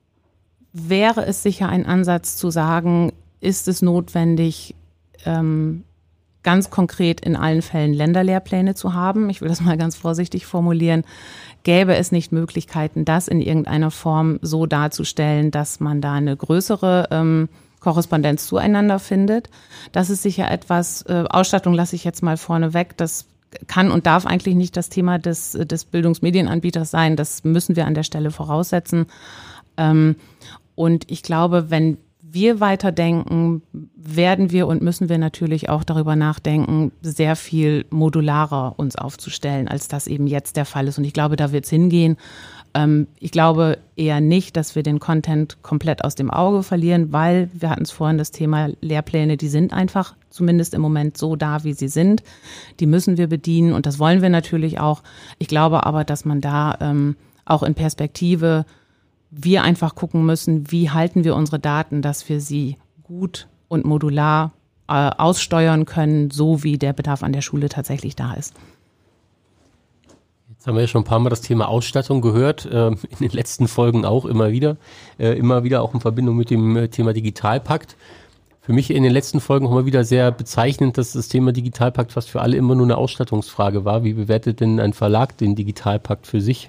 wäre es sicher ein Ansatz zu sagen, ist es notwendig, ähm, ganz konkret in allen Fällen Länderlehrpläne zu haben. Ich will das mal ganz vorsichtig formulieren. Gäbe es nicht Möglichkeiten, das in irgendeiner Form so darzustellen, dass man da eine größere ähm, Korrespondenz zueinander findet? Das ist sicher etwas, äh, Ausstattung lasse ich jetzt mal vorne weg, das kann und darf eigentlich nicht das Thema des, des Bildungsmedienanbieters sein. Das müssen wir an der Stelle voraussetzen. Ähm, und ich glaube, wenn wir weiterdenken, werden wir und müssen wir natürlich auch darüber nachdenken, sehr viel modularer uns aufzustellen, als das eben jetzt der Fall ist. Und ich glaube, da wird es hingehen. Ähm, ich glaube eher nicht, dass wir den Content komplett aus dem Auge verlieren, weil, wir hatten es vorhin, das Thema Lehrpläne, die sind einfach zumindest im Moment so da, wie sie sind. Die müssen wir bedienen und das wollen wir natürlich auch. Ich glaube aber, dass man da ähm, auch in Perspektive wir einfach gucken müssen, wie halten wir unsere Daten, dass wir sie gut und modular äh, aussteuern können, so wie der Bedarf an der Schule tatsächlich da ist. Jetzt haben wir ja schon ein paar Mal das Thema Ausstattung gehört, äh, in den letzten Folgen auch immer wieder, äh, immer wieder auch in Verbindung mit dem äh, Thema Digitalpakt. Für mich in den letzten Folgen auch immer wieder sehr bezeichnend, dass das Thema Digitalpakt fast für alle immer nur eine Ausstattungsfrage war. Wie bewertet denn ein Verlag den Digitalpakt für sich?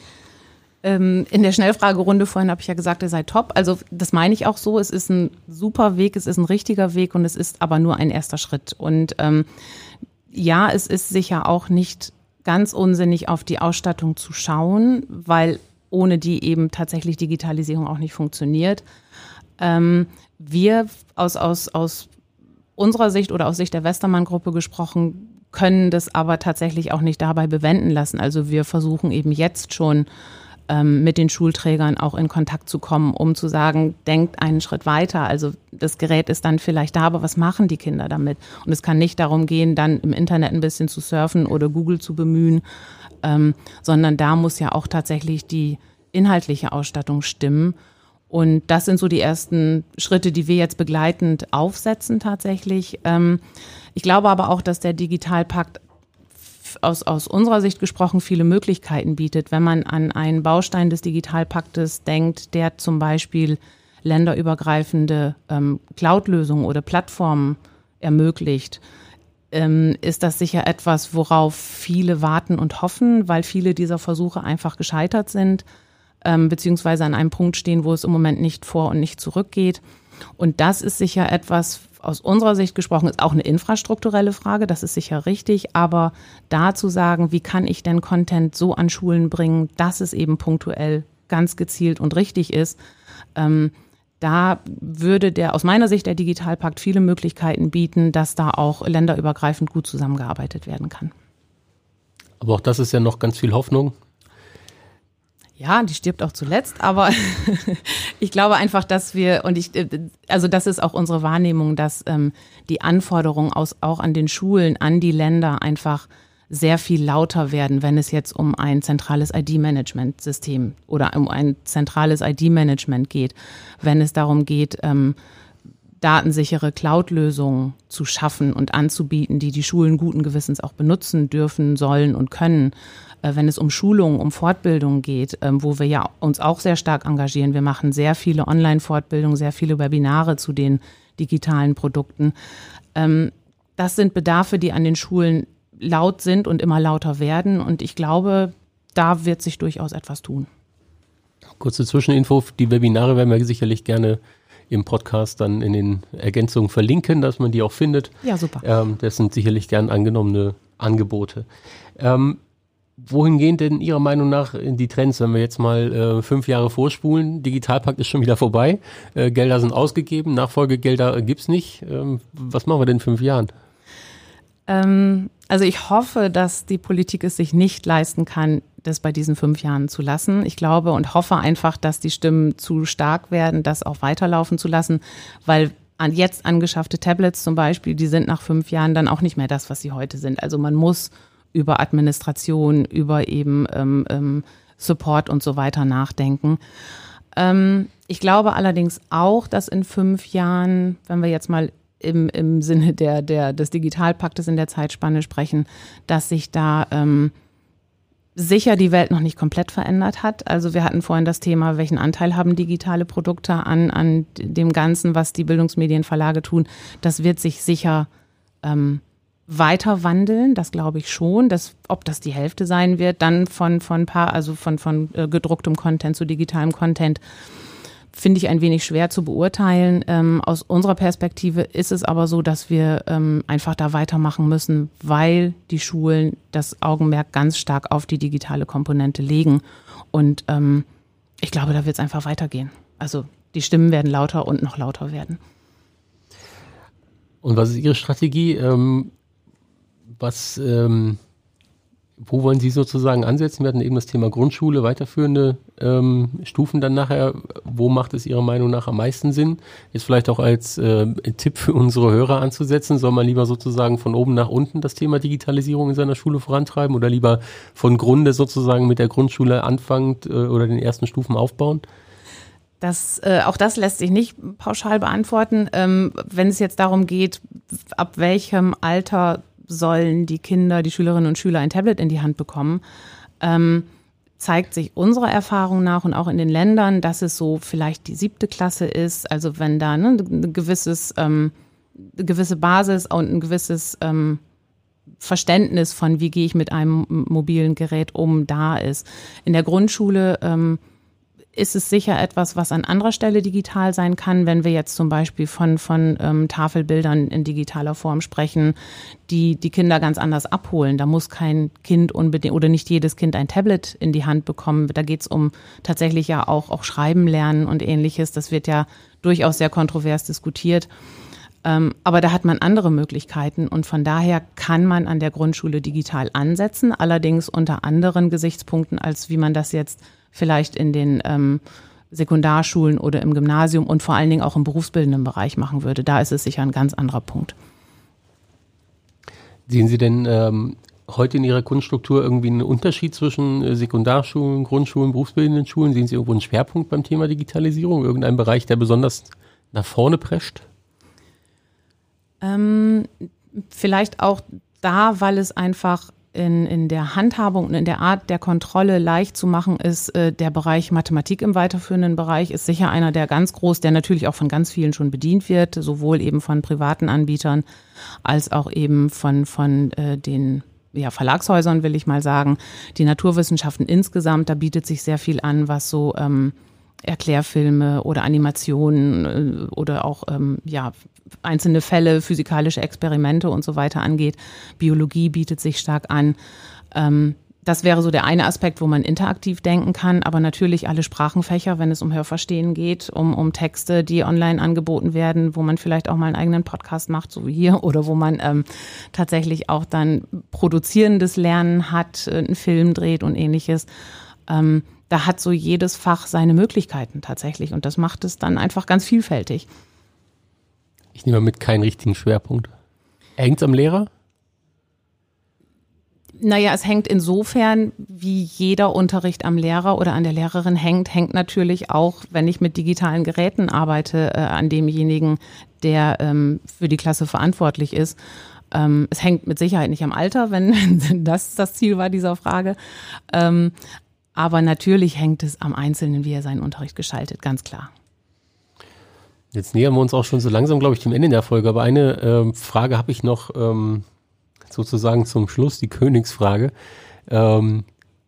In der Schnellfragerunde vorhin habe ich ja gesagt, ihr seid top. Also das meine ich auch so. Es ist ein super Weg, es ist ein richtiger Weg und es ist aber nur ein erster Schritt. Und ähm, ja, es ist sicher auch nicht ganz unsinnig, auf die Ausstattung zu schauen, weil ohne die eben tatsächlich Digitalisierung auch nicht funktioniert. Ähm, wir aus, aus, aus unserer Sicht oder aus Sicht der Westermann-Gruppe gesprochen, können das aber tatsächlich auch nicht dabei bewenden lassen. Also wir versuchen eben jetzt schon mit den Schulträgern auch in Kontakt zu kommen, um zu sagen, denkt einen Schritt weiter. Also das Gerät ist dann vielleicht da, aber was machen die Kinder damit? Und es kann nicht darum gehen, dann im Internet ein bisschen zu surfen oder Google zu bemühen, ähm, sondern da muss ja auch tatsächlich die inhaltliche Ausstattung stimmen. Und das sind so die ersten Schritte, die wir jetzt begleitend aufsetzen tatsächlich. Ähm, ich glaube aber auch, dass der Digitalpakt Aus, aus unserer Sicht gesprochen viele Möglichkeiten bietet, wenn man an einen Baustein des Digitalpaktes denkt, der zum Beispiel länderübergreifende ähm, Cloud-Lösungen oder Plattformen ermöglicht, ähm, ist das sicher etwas, worauf viele warten und hoffen, weil viele dieser Versuche einfach gescheitert sind, ähm, beziehungsweise an einem Punkt stehen, wo es im Moment nicht vor und nicht zurückgeht. Und das ist sicher etwas, aus unserer Sicht gesprochen, ist auch eine infrastrukturelle Frage, das ist sicher richtig, aber da zu sagen, wie kann ich denn Content so an Schulen bringen, dass es eben punktuell ganz gezielt und richtig ist, ähm, da würde der aus meiner Sicht der Digitalpakt viele Möglichkeiten bieten, dass da auch länderübergreifend gut zusammengearbeitet werden kann. Aber auch das ist ja noch ganz viel Hoffnung. Ja, die stirbt auch zuletzt, aber ich glaube einfach, dass wir, und ich, also das ist auch unsere Wahrnehmung, dass ähm, die Anforderungen aus, auch an den Schulen, an die Länder einfach sehr viel lauter werden, wenn es jetzt um ein zentrales I D-Management-System oder um ein zentrales I D-Management geht, wenn es darum geht, ähm, datensichere Cloud-Lösungen zu schaffen und anzubieten, die die Schulen guten Gewissens auch benutzen dürfen, sollen und können. Wenn es um Schulungen, um Fortbildungen geht, wo wir ja uns auch sehr stark engagieren. Wir machen sehr viele Online-Fortbildungen, sehr viele Webinare zu den digitalen Produkten. Das sind Bedarfe, die an den Schulen laut sind und immer lauter werden. Und ich glaube, da wird sich durchaus etwas tun. Kurze Zwischeninfo, die Webinare werden wir sicherlich gerne im Podcast dann in den Ergänzungen verlinken, dass man die auch findet. Ja, super. Ähm, das sind sicherlich gern angenommene Angebote. Ähm, wohin gehen denn Ihrer Meinung nach die Trends, wenn wir jetzt mal äh, fünf Jahre vorspulen? Digitalpakt ist schon wieder vorbei, äh, Gelder sind ausgegeben, Nachfolgegelder gibt's nicht. Ähm, was machen wir denn in fünf Jahren? Ähm, also ich hoffe, dass die Politik es sich nicht leisten kann, das bei diesen fünf Jahren zu lassen. Ich glaube und hoffe einfach, dass die Stimmen zu stark werden, das auch weiterlaufen zu lassen, weil an jetzt angeschaffte Tablets zum Beispiel, die sind nach fünf Jahren dann auch nicht mehr das, was sie heute sind. Also man muss über Administration, über eben ähm, ähm, Support und so weiter nachdenken. Ähm, ich glaube allerdings auch, dass in fünf Jahren, wenn wir jetzt mal im, im Sinne der, der, des Digitalpaktes in der Zeitspanne sprechen, dass sich da ähm, sicher die Welt noch nicht komplett verändert hat. Also wir hatten vorhin das Thema, welchen Anteil haben digitale Produkte an, an dem Ganzen, was die Bildungsmedienverlage tun. Das wird sich sicher ähm, weiter wandeln, das glaube ich schon. Das, ob das die Hälfte sein wird, dann von von paar, also von von äh, gedrucktem Content zu digitalem Content, finde ich ein wenig schwer zu beurteilen. Ähm, aus unserer Perspektive ist es aber so, dass wir ähm, einfach da weitermachen müssen, weil die Schulen das Augenmerk ganz stark auf die digitale Komponente legen. Und ähm, ich glaube, da wird es einfach weitergehen. Also die Stimmen werden lauter und noch lauter werden. Und was ist Ihre Strategie? Ähm, was, ähm, wo wollen Sie sozusagen ansetzen? Wir hatten eben das Thema Grundschule, weiterführende ähm, Stufen dann nachher. Wo macht es Ihrer Meinung nach am meisten Sinn? Jetzt vielleicht auch als äh, Tipp für unsere Hörer anzusetzen. Soll man lieber sozusagen von oben nach unten das Thema Digitalisierung in seiner Schule vorantreiben oder lieber von Grunde sozusagen mit der Grundschule anfangend äh, oder den ersten Stufen aufbauen? Das, äh, auch das lässt sich nicht pauschal beantworten. Ähm, wenn es jetzt darum geht, ab welchem Alter sollen die Kinder, die Schülerinnen und Schüler ein Tablet in die Hand bekommen, ähm, zeigt sich unserer Erfahrung nach und auch in den Ländern, dass es so vielleicht die siebte Klasse ist. Also wenn da ne, ein gewisses, ähm, eine gewisse Basis und ein gewisses ähm, Verständnis von, wie gehe ich mit einem mobilen Gerät um, da ist. In der Grundschule ähm, ist es sicher etwas, was an anderer Stelle digital sein kann, wenn wir jetzt zum Beispiel von, von ähm, Tafelbildern in digitaler Form sprechen, die die Kinder ganz anders abholen. Da muss kein Kind unbedingt oder nicht jedes Kind ein Tablet in die Hand bekommen. Da geht es um tatsächlich ja auch, auch Schreiben lernen und Ähnliches. Das wird ja durchaus sehr kontrovers diskutiert. Ähm, aber da hat man andere Möglichkeiten und von daher kann man an der Grundschule digital ansetzen, allerdings unter anderen Gesichtspunkten, als wie man das jetzt vielleicht in den ähm, Sekundarschulen oder im Gymnasium und vor allen Dingen auch im berufsbildenden Bereich machen würde. Da ist es sicher ein ganz anderer Punkt. Sehen Sie denn ähm, heute in Ihrer Grundstruktur irgendwie einen Unterschied zwischen äh, Sekundarschulen, Grundschulen, berufsbildenden Schulen? Sehen Sie irgendwo einen Schwerpunkt beim Thema Digitalisierung? Irgendein Bereich, der besonders nach vorne prescht? Ähm, vielleicht auch da, weil es einfach in, in der Handhabung und in der Art der Kontrolle leicht zu machen ist. Äh, der Bereich Mathematik im weiterführenden Bereich ist sicher einer der ganz groß, der natürlich auch von ganz vielen schon bedient wird, sowohl eben von privaten Anbietern als auch eben von, von äh, den ja, Verlagshäusern, will ich mal sagen. Die Naturwissenschaften insgesamt, da bietet sich sehr viel an, was so ähm, Erklärfilme oder Animationen äh, oder auch ähm, ja, einzelne Fälle, physikalische Experimente und so weiter angeht. Biologie bietet sich stark an. Ähm, Das wäre so der eine Aspekt, wo man interaktiv denken kann, aber natürlich alle Sprachenfächer, wenn es um Hörverstehen geht, um, um Texte, die online angeboten werden, wo man vielleicht auch mal einen eigenen Podcast macht, so wie hier, oder wo man ähm, tatsächlich auch dann produzierendes Lernen hat, einen Film dreht und ähnliches. Ähm, da hat so jedes Fach seine Möglichkeiten tatsächlich und das macht es dann einfach ganz vielfältig. Ich nehme mit keinen richtigen Schwerpunkt. Hängt es am Lehrer? Naja, es hängt insofern, wie jeder Unterricht am Lehrer oder an der Lehrerin hängt, hängt natürlich auch, wenn ich mit digitalen Geräten arbeite, äh, an demjenigen, der ähm, für die Klasse verantwortlich ist. Ähm, es hängt mit Sicherheit nicht am Alter, wenn das das Ziel war dieser Frage. Ähm, aber natürlich hängt es am Einzelnen, wie er seinen Unterricht gestaltet, ganz klar. Jetzt nähern wir uns auch schon so langsam, glaube ich, dem Ende der Folge. Aber eine ähm, Frage habe ich noch, ähm sozusagen zum Schluss, die Königsfrage. Ähm,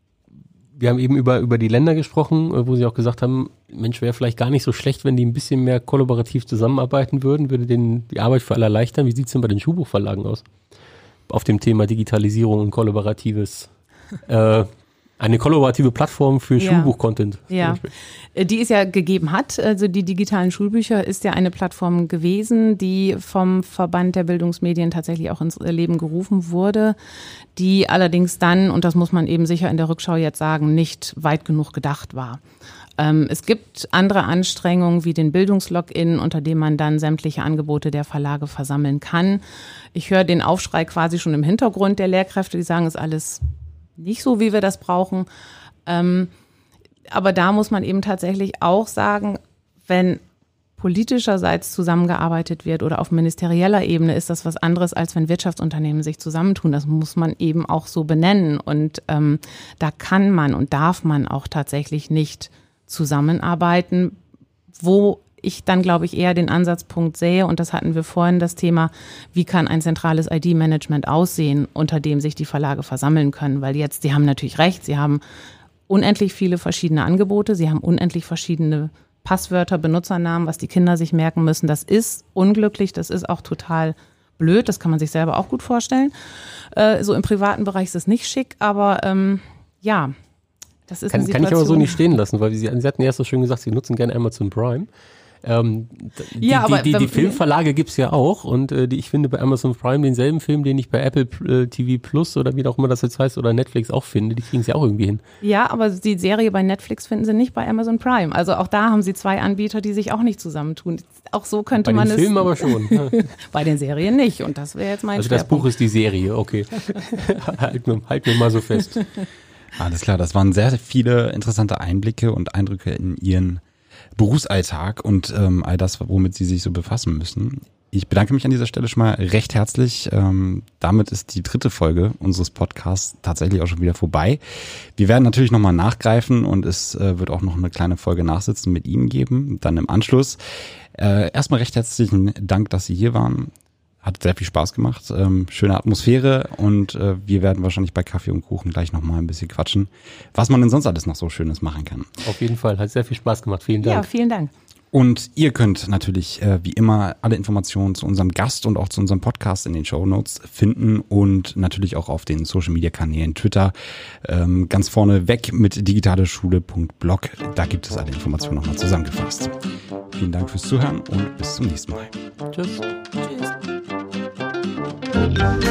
wir haben eben über, über die Länder gesprochen, wo Sie auch gesagt haben, Mensch, wäre vielleicht gar nicht so schlecht, wenn die ein bisschen mehr kollaborativ zusammenarbeiten würden, würde denen die Arbeit für alle erleichtern. Wie sieht es denn bei den Schulbuchverlagen aus? Auf dem Thema Digitalisierung und kollaboratives, äh, eine kollaborative Plattform für ja. Schulbuch-Content. Ja, die es ja gegeben hat. Also die digitalen Schulbücher ist ja eine Plattform gewesen, die vom Verband der Bildungsmedien tatsächlich auch ins Leben gerufen wurde, die allerdings dann, und das muss man eben sicher in der Rückschau jetzt sagen, nicht weit genug gedacht war. Ähm, es gibt andere Anstrengungen wie den Bildungslogin, unter dem man dann sämtliche Angebote der Verlage versammeln kann. Ich höre den Aufschrei quasi schon im Hintergrund der Lehrkräfte, die sagen, es ist alles nicht so, wie wir das brauchen. Ähm, aber da muss man eben tatsächlich auch sagen, wenn politischerseits zusammengearbeitet wird oder auf ministerieller Ebene, ist das was anderes, als wenn Wirtschaftsunternehmen sich zusammentun. Das muss man eben auch so benennen. Und ähm, da kann man und darf man auch tatsächlich nicht zusammenarbeiten, wo ich dann, glaube ich, eher den Ansatzpunkt sehe, und das hatten wir vorhin, das Thema, wie kann ein zentrales I D-Management aussehen, unter dem sich die Verlage versammeln können, weil jetzt, Sie haben natürlich recht, Sie haben unendlich viele verschiedene Angebote, Sie haben unendlich verschiedene Passwörter, Benutzernamen, was die Kinder sich merken müssen. Das ist unglücklich, das ist auch total blöd, das kann man sich selber auch gut vorstellen. Äh, so im privaten Bereich ist es nicht schick, aber ähm, ja, das ist kann, eine Situation. Kann ich aber so nicht stehen lassen, weil Sie, Sie hatten erst so schön gesagt, Sie nutzen gerne Amazon Prime. Ähm, die, ja, aber die, die, die Filmverlage gibt's ja auch und äh, die, ich finde bei Amazon Prime denselben Film, den ich bei Apple äh, T V Plus oder wie auch immer das jetzt heißt oder Netflix auch finde, die kriegen sie auch irgendwie hin. Ja, aber die Serie bei Netflix finden sie nicht bei Amazon Prime. Also auch da haben sie zwei Anbieter, die sich auch nicht zusammentun. Auch so könnte bei man es... Bei den Filmen aber schon. Bei den Serien nicht und das wäre jetzt mein Also Schwerpunkt. das Buch ist die Serie, okay. halt, mir, halt mir mal so fest. Alles klar, das waren sehr viele interessante Einblicke und Eindrücke in Ihren Berufsalltag und ähm, all das, womit Sie sich so befassen müssen. Ich bedanke mich an dieser Stelle schon mal recht herzlich. Ähm, damit ist die dritte Folge unseres Podcasts tatsächlich auch schon wieder vorbei. Wir werden natürlich nochmal nachgreifen und es äh, wird auch noch eine kleine Folge Nachsitzen mit Ihnen geben, dann im Anschluss. Äh, erstmal recht herzlichen Dank, dass Sie hier waren. Hat sehr viel Spaß gemacht, ähm, schöne Atmosphäre und äh, wir werden wahrscheinlich bei Kaffee und Kuchen gleich nochmal ein bisschen quatschen, was man denn sonst alles noch so Schönes machen kann. Auf jeden Fall, hat sehr viel Spaß gemacht, vielen Dank. Ja, vielen Dank. Und ihr könnt natürlich äh, wie immer alle Informationen zu unserem Gast und auch zu unserem Podcast in den Shownotes finden und natürlich auch auf den Social-Media-Kanälen Twitter ähm, ganz vorne weg mit digitaleschule punkt blog. Da gibt es alle Informationen nochmal zusammengefasst. Vielen Dank fürs Zuhören und bis zum nächsten Mal. Tschüss. Tschüss.